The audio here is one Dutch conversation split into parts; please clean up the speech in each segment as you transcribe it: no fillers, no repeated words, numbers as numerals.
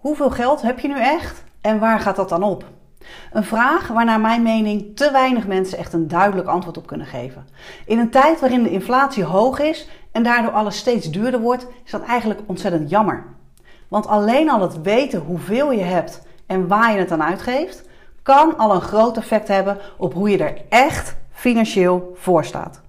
Hoeveel geld heb je nu echt en waar gaat dat dan op? Een vraag waar naar mijn mening te weinig mensen echt een duidelijk antwoord op kunnen geven. In een tijd waarin de inflatie hoog is en daardoor alles steeds duurder wordt, is dat eigenlijk ontzettend jammer. Want alleen al het weten hoeveel je hebt en waar je het aan uitgeeft, kan al een groot effect hebben op hoe je er echt financieel voor staat.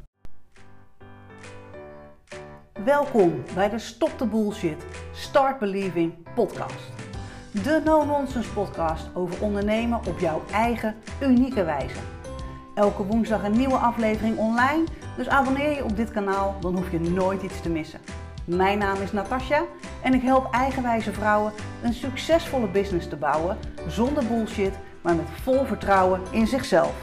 Welkom bij de Stop the Bullshit, Start Believing podcast. De no-nonsense podcast over ondernemen op jouw eigen unieke wijze. Elke woensdag een nieuwe aflevering online, dus abonneer je op dit kanaal, dan hoef je nooit iets te missen. Mijn naam is Natasja en ik help eigenwijze vrouwen een succesvolle business te bouwen zonder bullshit, maar met vol vertrouwen in zichzelf.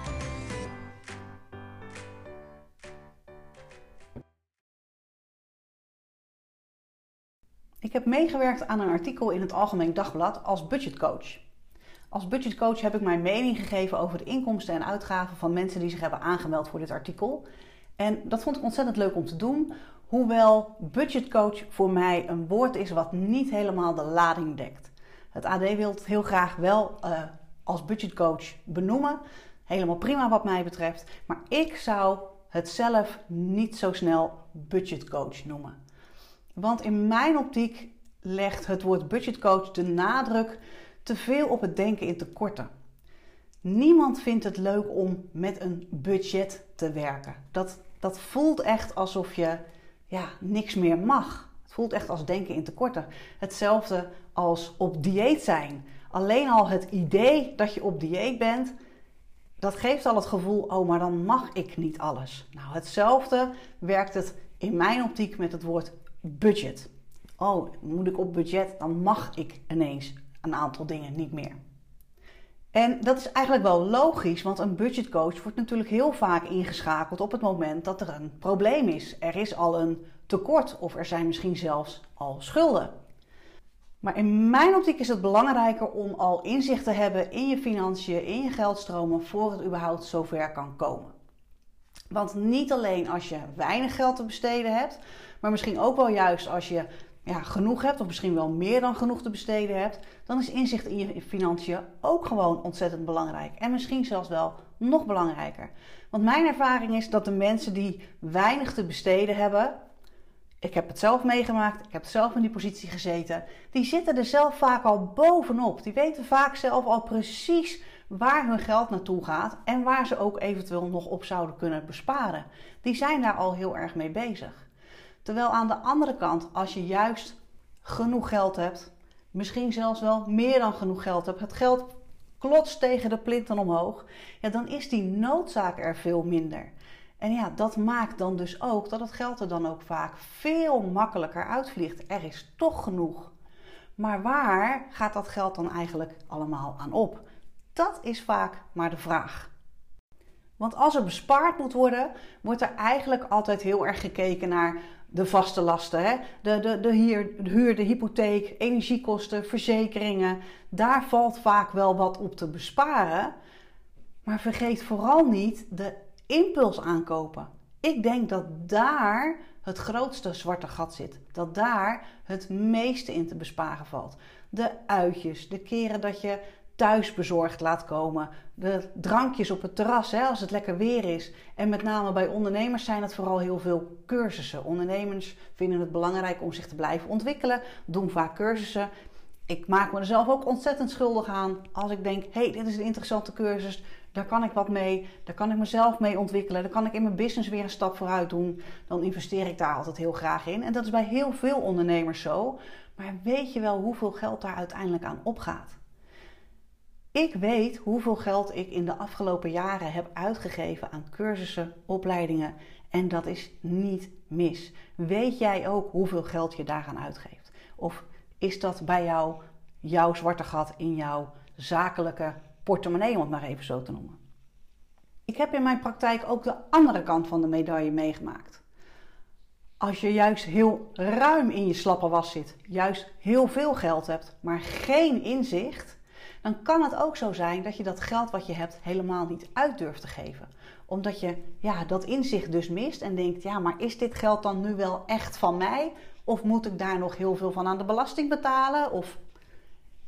Ik heb meegewerkt aan een artikel in het Algemeen Dagblad als budgetcoach. Als budgetcoach heb ik mijn mening gegeven over de inkomsten en uitgaven van mensen die zich hebben aangemeld voor dit artikel. En dat vond ik ontzettend leuk om te doen, hoewel budgetcoach voor mij een woord is wat niet helemaal de lading dekt. Het AD wil het heel graag wel als budgetcoach benoemen, helemaal prima wat mij betreft, maar ik zou het zelf niet zo snel budgetcoach noemen. Want in mijn optiek legt het woord budgetcoach de nadruk te veel op het denken in tekorten. Niemand vindt het leuk om met een budget te werken. Dat voelt echt alsof je niks meer mag. Het voelt echt als denken in tekorten. Hetzelfde als op dieet zijn. Alleen al het idee dat je op dieet bent, dat geeft al het gevoel, oh, maar dan mag ik niet alles. Nou, hetzelfde werkt het in mijn optiek met het woord budget. Oh, moet ik op budget, dan mag ik ineens een aantal dingen niet meer. En dat is eigenlijk wel logisch, want een budgetcoach wordt natuurlijk heel vaak ingeschakeld op het moment dat er een probleem is. Er is al een tekort of er zijn misschien zelfs al schulden. Maar in mijn optiek is het belangrijker om al inzicht te hebben in je financiën, in je geldstromen, voor het überhaupt zover kan komen. Want niet alleen als je weinig geld te besteden hebt, maar misschien ook wel juist als je genoeg hebt, of misschien wel meer dan genoeg te besteden hebt, dan is inzicht in je financiën ook gewoon ontzettend belangrijk. En misschien zelfs wel nog belangrijker. Want mijn ervaring is dat de mensen die weinig te besteden hebben, ik heb het zelf meegemaakt, ik heb zelf in die positie gezeten, die zitten er zelf vaak al bovenop. Die weten vaak zelf al precies waar hun geld naartoe gaat en waar ze ook eventueel nog op zouden kunnen besparen. Die zijn daar al heel erg mee bezig. Terwijl aan de andere kant, als je juist genoeg geld hebt, misschien zelfs wel meer dan genoeg geld hebt, het geld klotst tegen de plinten omhoog, dan is die noodzaak er veel minder. En dat maakt dan dus ook dat het geld er dan ook vaak veel makkelijker uitvliegt. Er is toch genoeg. Maar waar gaat dat geld dan eigenlijk allemaal aan op? Dat is vaak maar de vraag. Want als er bespaard moet worden, wordt er eigenlijk altijd heel erg gekeken naar de vaste lasten. Hè? De huur, de hypotheek, energiekosten, verzekeringen. Daar valt vaak wel wat op te besparen. Maar vergeet vooral niet de impuls aankopen. Ik denk dat daar het grootste zwarte gat zit. Dat daar het meeste in te besparen valt. De uitjes, de keren dat je thuis bezorgd laat komen. De drankjes op het terras als het lekker weer is. En met name bij ondernemers zijn het vooral heel veel cursussen. Ondernemers vinden het belangrijk om zich te blijven ontwikkelen. Doen vaak cursussen. Ik maak me er zelf ook ontzettend schuldig aan. Als ik denk, dit is een interessante cursus. Daar kan ik wat mee. Daar kan ik mezelf mee ontwikkelen. Daar kan ik in mijn business weer een stap vooruit doen. Dan investeer ik daar altijd heel graag in. En dat is bij heel veel ondernemers zo. Maar weet je wel hoeveel geld daar uiteindelijk aan opgaat? Ik weet hoeveel geld ik in de afgelopen jaren heb uitgegeven aan cursussen, opleidingen. En dat is niet mis. Weet jij ook hoeveel geld je daaraan uitgeeft? Of is dat bij jou jouw zwarte gat in jouw zakelijke portemonnee, om het maar even zo te noemen? Ik heb in mijn praktijk ook de andere kant van de medaille meegemaakt. Als je juist heel ruim in je slappe was zit, juist heel veel geld hebt, maar geen inzicht, dan kan het ook zo zijn dat je dat geld wat je hebt helemaal niet uit durft te geven. Omdat je dat inzicht dus mist en denkt, maar is dit geld dan nu wel echt van mij? Of moet ik daar nog heel veel van aan de belasting betalen? Of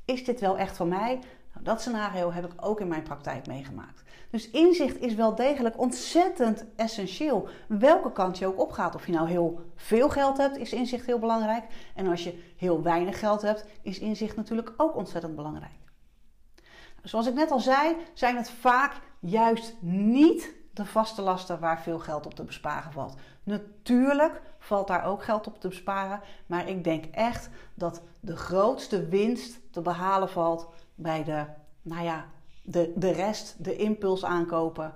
Is dit wel echt van mij? Nou, dat scenario heb ik ook in mijn praktijk meegemaakt. Dus inzicht is wel degelijk ontzettend essentieel. Welke kant je ook opgaat. Of je nou heel veel geld hebt, is inzicht heel belangrijk. En als je heel weinig geld hebt, is inzicht natuurlijk ook ontzettend belangrijk. Zoals ik net al zei, zijn het vaak juist niet de vaste lasten waar veel geld op te besparen valt. Natuurlijk valt daar ook geld op te besparen, maar ik denk echt dat de grootste winst te behalen valt bij de rest, de impuls aankopen,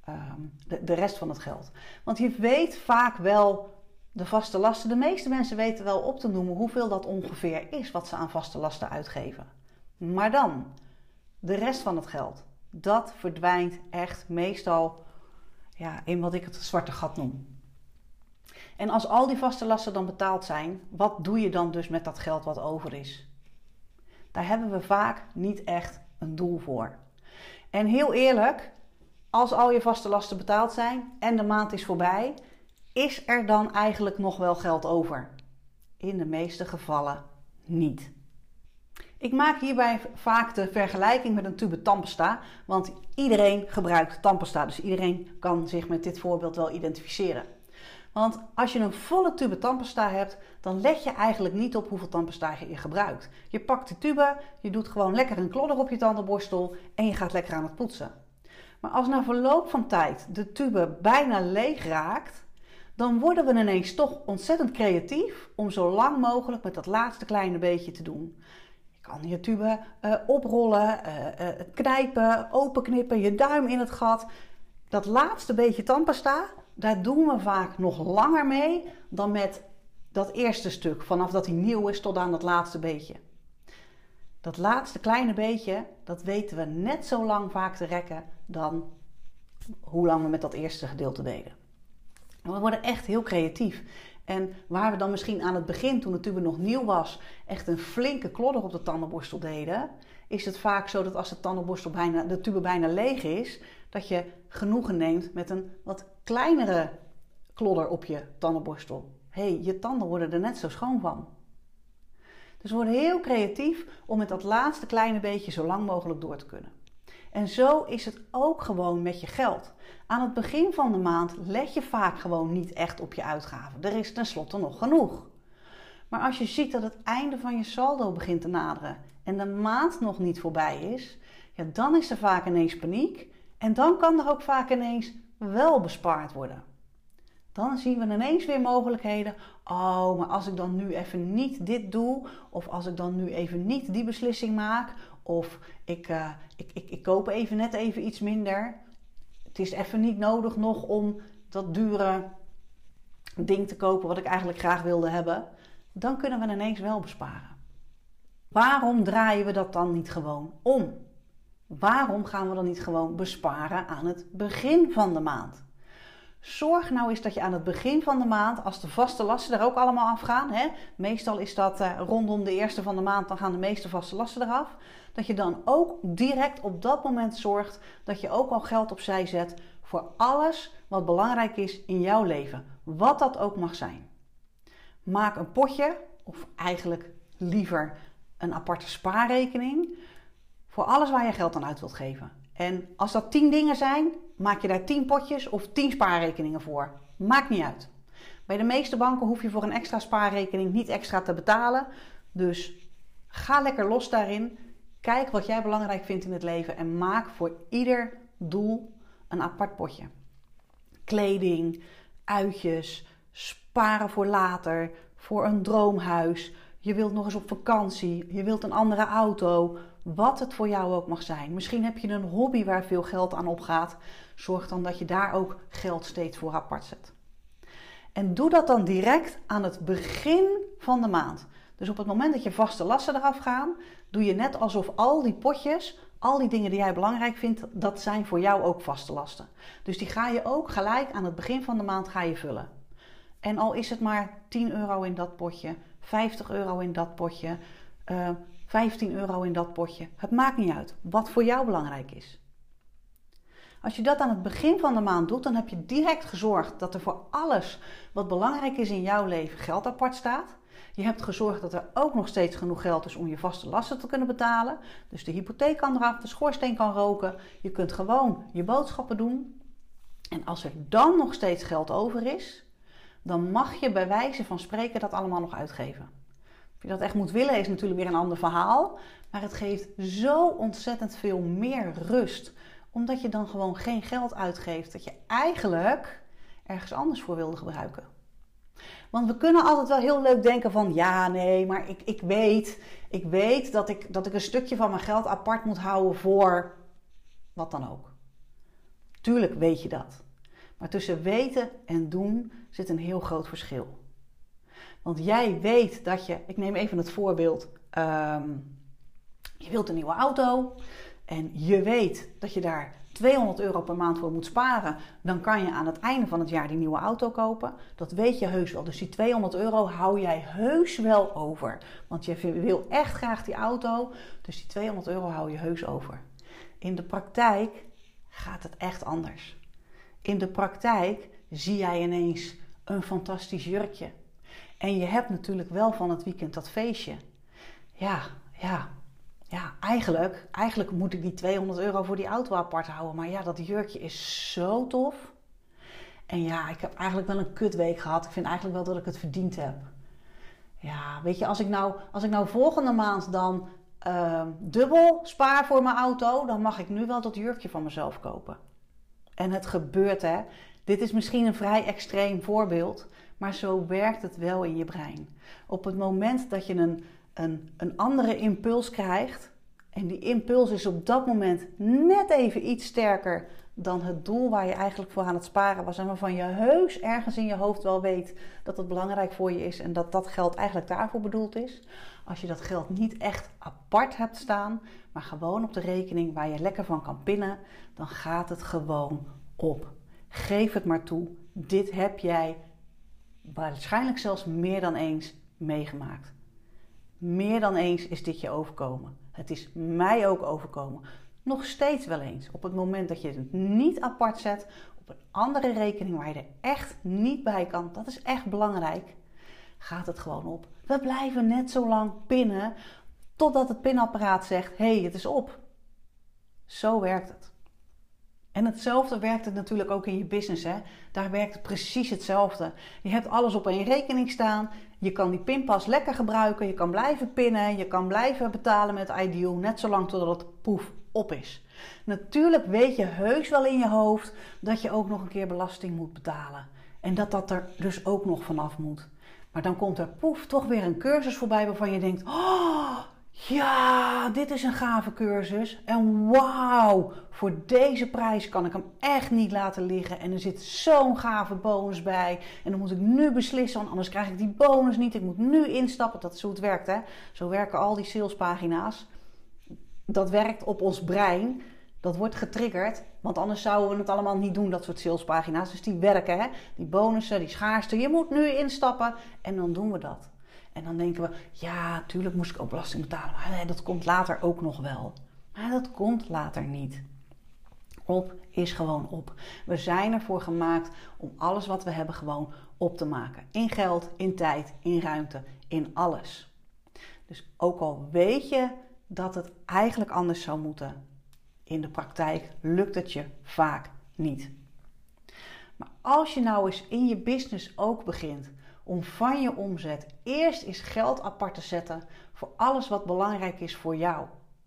de rest van het geld. Want je weet vaak wel de vaste lasten. De meeste mensen weten wel op te noemen hoeveel dat ongeveer is wat ze aan vaste lasten uitgeven. Maar dan, de rest van het geld, dat verdwijnt echt meestal in wat ik het zwarte gat noem. En als al die vaste lasten dan betaald zijn, wat doe je dan dus met dat geld wat over is? Daar hebben we vaak niet echt een doel voor. En heel eerlijk, als al je vaste lasten betaald zijn en de maand is voorbij, is er dan eigenlijk nog wel geld over? In de meeste gevallen niet. Ik maak hierbij vaak de vergelijking met een tube tandpasta, want iedereen gebruikt tandpasta. Dus iedereen kan zich met dit voorbeeld wel identificeren. Want als je een volle tube tandpasta hebt, dan let je eigenlijk niet op hoeveel tandpasta je gebruikt. Je pakt de tube, je doet gewoon lekker een klodder op je tandenborstel en je gaat lekker aan het poetsen. Maar als na verloop van tijd de tube bijna leeg raakt, dan worden we ineens toch ontzettend creatief om zo lang mogelijk met dat laatste kleine beetje te doen. Je kan je tube oprollen, knijpen, openknippen, je duim in het gat. Dat laatste beetje tandpasta, daar doen we vaak nog langer mee dan met dat eerste stuk. Vanaf dat hij nieuw is tot aan dat laatste beetje. Dat laatste kleine beetje, dat weten we net zo lang vaak te rekken dan hoe lang we met dat eerste gedeelte deden. We worden echt heel creatief. En waar we dan misschien aan het begin, toen de tube nog nieuw was, echt een flinke klodder op de tandenborstel deden, is het vaak zo dat als de tube bijna leeg is, dat je genoegen neemt met een wat kleinere klodder op je tandenborstel. Je tanden worden er net zo schoon van. Dus we worden heel creatief om met dat laatste kleine beetje zo lang mogelijk door te kunnen. En zo is het ook gewoon met je geld. Aan het begin van de maand let je vaak gewoon niet echt op je uitgaven. Er is tenslotte nog genoeg. Maar als je ziet dat het einde van je saldo begint te naderen en de maand nog niet voorbij is, dan is er vaak ineens paniek en dan kan er ook vaak ineens wel bespaard worden. Dan zien we ineens weer mogelijkheden. Oh, maar als ik dan nu even niet dit doe, of als ik dan nu even niet die beslissing maak, of ik koop net even iets minder. Het is even niet nodig nog om dat dure ding te kopen wat ik eigenlijk graag wilde hebben. Dan kunnen we ineens wel besparen. Waarom draaien we dat dan niet gewoon om? Waarom gaan we dan niet gewoon besparen aan het begin van de maand? Zorg nou eens dat je aan het begin van de maand, als de vaste lasten er ook allemaal afgaan, meestal is dat rondom de eerste van de maand, dan gaan de meeste vaste lasten eraf, dat je dan ook direct op dat moment zorgt dat je ook al geld opzij zet voor alles wat belangrijk is in jouw leven, wat dat ook mag zijn. Maak een potje, of eigenlijk liever een aparte spaarrekening, voor alles waar je geld aan uit wilt geven. En als dat 10 dingen zijn, maak je daar 10 potjes of 10 spaarrekeningen voor. Maakt niet uit. Bij de meeste banken hoef je voor een extra spaarrekening niet extra te betalen. Dus ga lekker los daarin. Kijk wat jij belangrijk vindt in het leven en maak voor ieder doel een apart potje. Kleding, uitjes, sparen voor later, voor een droomhuis. Je wilt nog eens op vakantie, je wilt een andere auto. Wat het voor jou ook mag zijn. Misschien heb je een hobby waar veel geld aan opgaat. Zorg dan dat je daar ook geld steeds voor apart zet. En doe dat dan direct aan het begin van de maand. Dus op het moment dat je vaste lasten eraf gaan, doe je net alsof al die potjes, al die dingen die jij belangrijk vindt, dat zijn voor jou ook vaste lasten. Dus die ga je ook gelijk aan het begin van de maand vullen. En al is het maar 10 euro in dat potje, 50 euro in dat potje, 15 euro in dat potje. Het maakt niet uit wat voor jou belangrijk is. Als je dat aan het begin van de maand doet, dan heb je direct gezorgd dat er voor alles wat belangrijk is in jouw leven geld apart staat. Je hebt gezorgd dat er ook nog steeds genoeg geld is om je vaste lasten te kunnen betalen. Dus de hypotheek kan eraf, de schoorsteen kan roken. Je kunt gewoon je boodschappen doen. En als er dan nog steeds geld over is, dan mag je bij wijze van spreken dat allemaal nog uitgeven. Of je dat echt moet willen is natuurlijk weer een ander verhaal. Maar het geeft zo ontzettend veel meer rust. Omdat je dan gewoon geen geld uitgeeft dat je eigenlijk ergens anders voor wilde gebruiken. Want we kunnen altijd wel heel leuk denken van ja, nee, maar ik weet dat ik een stukje van mijn geld apart moet houden voor wat dan ook. Tuurlijk weet je dat. Maar tussen weten en doen zit een heel groot verschil. Want jij weet dat je, ik neem even het voorbeeld, je wilt een nieuwe auto en je weet dat je daar €200 per maand voor moet sparen. Dan kan je aan het einde van het jaar die nieuwe auto kopen. Dat weet je heus wel. Dus die €200 hou jij heus wel over. Want je wil echt graag die auto. Dus die €200 hou je heus over. In de praktijk gaat het echt anders. In de praktijk zie jij ineens een fantastisch jurkje. En je hebt natuurlijk wel van het weekend dat feestje. Ja, eigenlijk moet ik die €200 voor die auto apart houden. Maar ja, dat jurkje is zo tof. En ja, ik heb eigenlijk wel een kutweek gehad. Ik vind eigenlijk wel dat ik het verdiend heb. Ja, weet je, als ik nou volgende maand dan dubbel spaar voor mijn auto, dan mag ik nu wel dat jurkje van mezelf kopen. En het gebeurt, hè. Dit is misschien een vrij extreem voorbeeld, maar zo werkt het wel in je brein. Op het moment dat je een andere impuls krijgt, en die impuls is op dat moment net even iets sterker dan het doel waar je eigenlijk voor aan het sparen was en waarvan je heus ergens in je hoofd wel weet dat het belangrijk voor je is en dat dat geld eigenlijk daarvoor bedoeld is. Als je dat geld niet echt apart hebt staan, maar gewoon op de rekening waar je lekker van kan pinnen, dan gaat het gewoon op. Geef het maar toe. Dit heb jij waarschijnlijk zelfs meer dan eens meegemaakt. Meer dan eens is dit je overkomen. Het is mij ook overkomen. Nog steeds wel eens. Op het moment dat je het niet apart zet, op een andere rekening waar je er echt niet bij kan, dat is echt belangrijk, gaat het gewoon op. We blijven net zo lang pinnen totdat het pinapparaat zegt, hé, het is op. Zo werkt het. En hetzelfde werkt het natuurlijk ook in je business. Hè? Daar werkt het precies hetzelfde. Je hebt alles op één rekening staan. Je kan die pinpas lekker gebruiken. Je kan blijven pinnen. Je kan blijven betalen met Ideal. Net zolang totdat het poef op is. Natuurlijk weet je heus wel in je hoofd dat je ook nog een keer belasting moet betalen. En dat dat er dus ook nog vanaf moet. Maar dan komt er poef toch weer een cursus voorbij waarvan je denkt, oh, ja, dit is een gave cursus. En wauw, voor deze prijs kan ik hem echt niet laten liggen. En er zit zo'n gave bonus bij. En dan moet ik nu beslissen, want anders krijg ik die bonus niet. Ik moet nu instappen. Dat is hoe het werkt, hè. Zo werken al die salespagina's. Dat werkt op ons brein. Dat wordt getriggerd. Want anders zouden we het allemaal niet doen, dat soort salespagina's. Dus die werken, hè. Die bonussen, die schaarste. Je moet nu instappen. En dan doen we dat. En dan denken we, ja, natuurlijk moest ik ook belasting betalen. Maar nee, dat komt later ook nog wel. Maar dat komt later niet. Op is gewoon op. We zijn ervoor gemaakt om alles wat we hebben gewoon op te maken. In geld, in tijd, in ruimte, in alles. Dus ook al weet je dat het eigenlijk anders zou moeten, in de praktijk lukt het je vaak niet. Maar als je nou eens in je business ook begint om van je omzet eerst eens geld apart te zetten voor alles wat belangrijk is voor jou.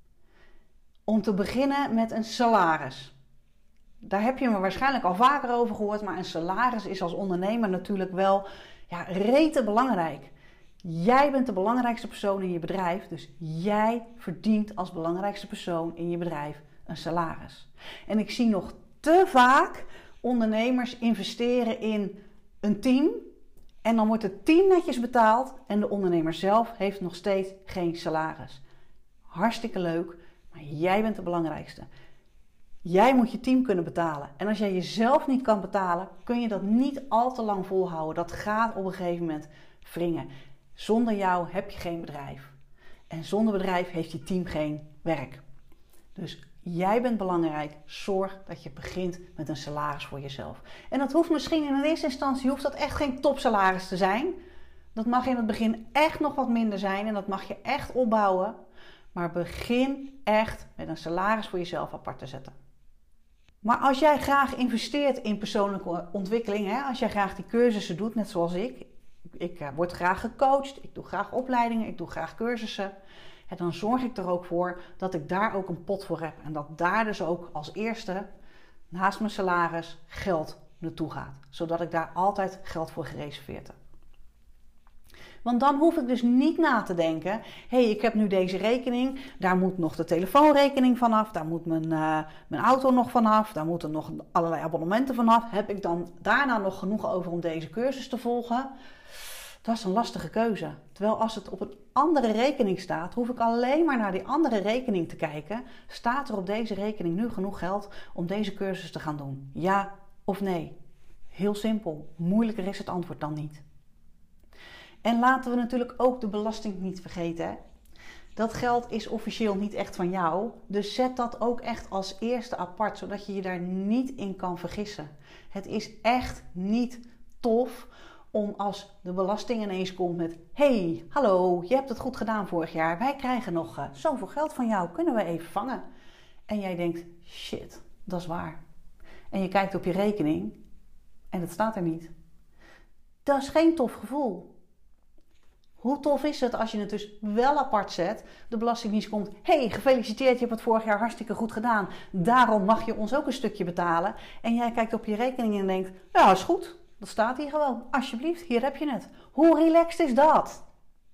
Om te beginnen met een salaris. Daar heb je me waarschijnlijk al vaker over gehoord, maar een salaris is als ondernemer natuurlijk wel rete belangrijk. Jij bent de belangrijkste persoon in je bedrijf, dus jij verdient als belangrijkste persoon in je bedrijf een salaris. En ik zie nog te vaak ondernemers investeren in een team. En dan wordt het team netjes betaald en de ondernemer zelf heeft nog steeds geen salaris. Hartstikke leuk, maar jij bent de belangrijkste. Jij moet je team kunnen betalen. En als jij jezelf niet kan betalen, kun je dat niet al te lang volhouden. Dat gaat op een gegeven moment wringen. Zonder jou heb je geen bedrijf. En zonder bedrijf heeft je team geen werk. Dus jij bent belangrijk. Zorg dat je begint met een salaris voor jezelf. En dat hoeft misschien in de eerste instantie hoeft dat echt geen topsalaris te zijn. Dat mag in het begin echt nog wat minder zijn en dat mag je echt opbouwen. Maar begin echt met een salaris voor jezelf apart te zetten. Maar als jij graag investeert in persoonlijke ontwikkeling, als jij graag die cursussen doet, net zoals ik word graag gecoacht, ik doe graag opleidingen, ik doe graag cursussen. Dan zorg ik er ook voor dat ik daar ook een pot voor heb. En dat daar dus ook als eerste, naast mijn salaris, geld naartoe gaat. Zodat ik daar altijd geld voor gereserveerd heb. Want dan hoef ik dus niet na te denken, ik heb nu deze rekening, daar moet nog de telefoonrekening vanaf, daar moet mijn auto nog vanaf, daar moeten nog allerlei abonnementen vanaf. Heb ik dan daarna nog genoeg over om deze cursus te volgen? Dat is een lastige keuze. Terwijl als het op een andere rekening staat, hoef ik alleen maar naar die andere rekening te kijken. Staat er op deze rekening nu genoeg geld om deze cursus te gaan doen? Ja of nee? Heel simpel. Moeilijker is het antwoord dan niet. En laten we natuurlijk ook de belasting niet vergeten. Hè? Dat geld is officieel niet echt van jou. Dus zet dat ook echt als eerste apart, zodat je je daar niet in kan vergissen. Het is echt niet tof om als de belasting ineens komt met, hallo, je hebt het goed gedaan vorig jaar. Wij krijgen nog zoveel geld van jou, kunnen we even vangen? En jij denkt, shit, dat is waar. En je kijkt op je rekening en het staat er niet. Dat is geen tof gevoel. Hoe tof is het als je het dus wel apart zet, de Belastingdienst komt, gefeliciteerd, je hebt het vorig jaar hartstikke goed gedaan. Daarom mag je ons ook een stukje betalen. En jij kijkt op je rekening en denkt, ja, is goed. Dat staat hier gewoon. Alsjeblieft, hier heb je het. Hoe relaxed is dat?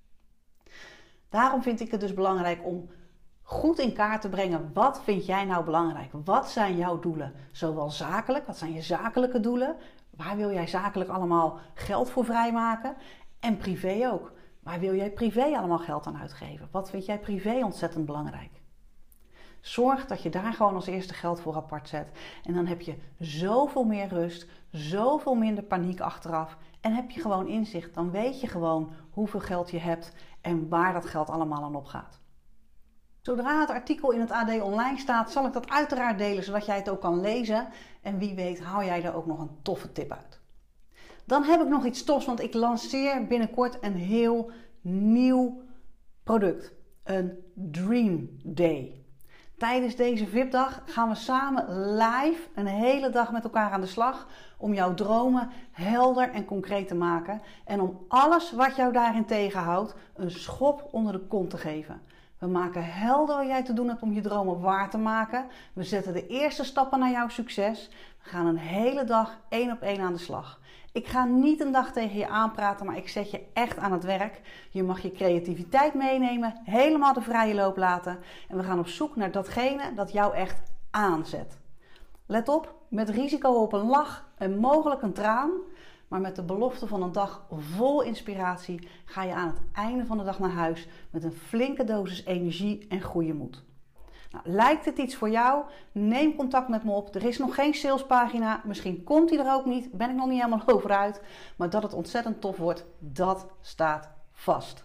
Daarom vind ik het dus belangrijk om goed in kaart te brengen. Wat vind jij nou belangrijk? Wat zijn jouw doelen? Zowel zakelijk, wat zijn je zakelijke doelen? Waar wil jij zakelijk allemaal geld voor vrijmaken? En privé ook. Waar wil jij privé allemaal geld aan uitgeven? Wat vind jij privé ontzettend belangrijk? Zorg dat je daar gewoon als eerste geld voor apart zet. En dan heb je zoveel meer rust, zoveel minder paniek achteraf. En heb je gewoon inzicht. Dan weet je gewoon hoeveel geld je hebt en waar dat geld allemaal aan opgaat. Zodra het artikel in het AD online staat, zal ik dat uiteraard delen, zodat jij het ook kan lezen. En wie weet hou jij er ook nog een toffe tip uit. Dan heb ik nog iets tofs, want ik lanceer binnenkort een heel nieuw product. Een Dream Day. Tijdens deze VIP-dag gaan we samen live een hele dag met elkaar aan de slag om jouw dromen helder en concreet te maken en om alles wat jou daarin tegenhoudt een schop onder de kont te geven. We maken helder wat jij te doen hebt om je dromen waar te maken. We zetten de eerste stappen naar jouw succes. We gaan een hele dag 1 op 1 aan de slag. Ik ga niet een dag tegen je aanpraten, maar ik zet je echt aan het werk. Je mag je creativiteit meenemen, helemaal de vrije loop laten. En we gaan op zoek naar datgene dat jou echt aanzet. Let op, met risico op een lach en mogelijk een traan. Maar met de belofte van een dag vol inspiratie ga je aan het einde van de dag naar huis met een flinke dosis energie en goede moed. Nou, lijkt het iets voor jou? Neem contact met me op. Er is nog geen salespagina. Misschien komt die er ook niet. Ben ik nog niet helemaal over uit. Maar dat het ontzettend tof wordt, dat staat vast.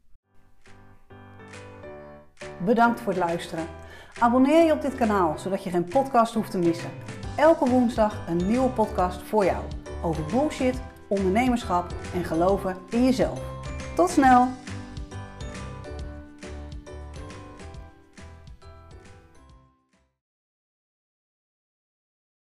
Bedankt voor het luisteren. Abonneer je op dit kanaal, zodat je geen podcast hoeft te missen. Elke woensdag een nieuwe podcast voor jou. Over bullshit, ondernemerschap en geloven in jezelf. Tot snel!